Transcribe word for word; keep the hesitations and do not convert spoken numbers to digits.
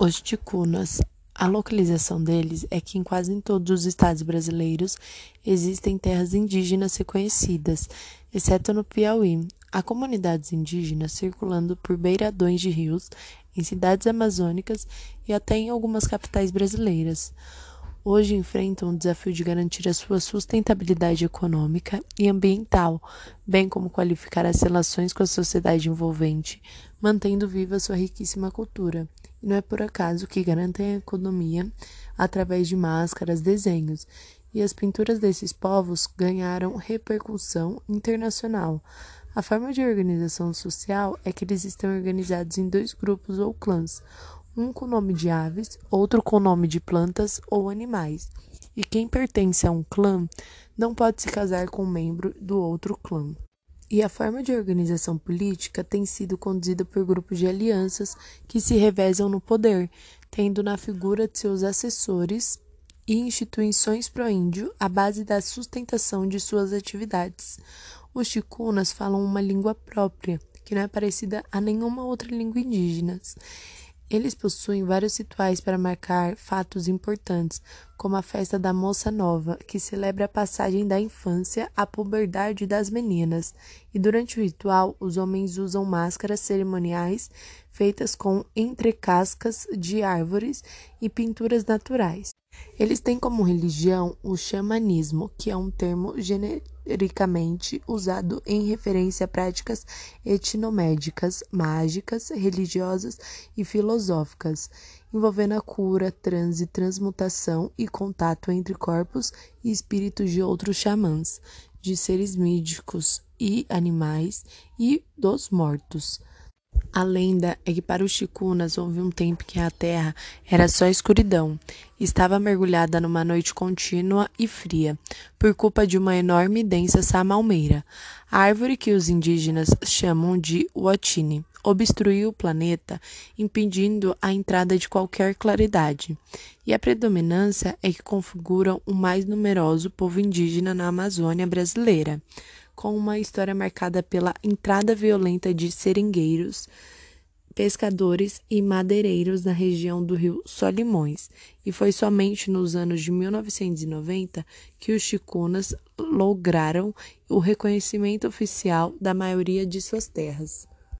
Os ticunas. A localização deles é que em quase em todos os estados brasileiros existem terras indígenas reconhecidas, exceto no Piauí. Há comunidades indígenas circulando por beiradões de rios, em cidades amazônicas e até em algumas capitais brasileiras. Hoje enfrentam o desafio de garantir a sua sustentabilidade econômica e ambiental, bem como qualificar as relações com a sociedade envolvente, mantendo viva sua riquíssima cultura. E não é por acaso que garantem a economia através de máscaras, desenhos, e as pinturas desses povos ganharam repercussão internacional. A forma de organização social é que eles estão organizados em dois grupos ou clãs, um com nome de aves, outro com nome de plantas ou animais. E quem pertence a um clã não pode se casar com um membro do outro clã. E a forma de organização política tem sido conduzida por grupos de alianças que se revezam no poder, tendo na figura de seus assessores e instituições pró-índio a base da sustentação de suas atividades. Os ticunas falam uma língua própria, que não é parecida a nenhuma outra língua indígena. Eles possuem vários rituais para marcar fatos importantes, como a festa da Moça Nova, que celebra a passagem da infância à puberdade das meninas. E durante o ritual, os homens usam máscaras cerimoniais feitas com entrecascas de árvores e pinturas naturais. Eles têm como religião o xamanismo, que é um termo genericamente usado em referência a práticas etnomédicas, mágicas, religiosas e filosóficas, envolvendo a cura, transe, transmutação e contato entre corpos e espíritos de outros xamãs, de seres místicos e animais e dos mortos. A lenda é que para os ticunas houve um tempo que a terra era só escuridão, estava mergulhada numa noite contínua e fria, por culpa de uma enorme e densa samalmeira, a árvore que os indígenas chamam de uotine, obstruiu o planeta, impedindo a entrada de qualquer claridade. E a predominância é que configuram o mais numeroso povo indígena na Amazônia brasileira, com uma história marcada pela entrada violenta de seringueiros, pescadores e madeireiros na região do rio Solimões, e foi somente nos anos de mil novecentos e noventa que os ticunas lograram o reconhecimento oficial da maioria de suas terras.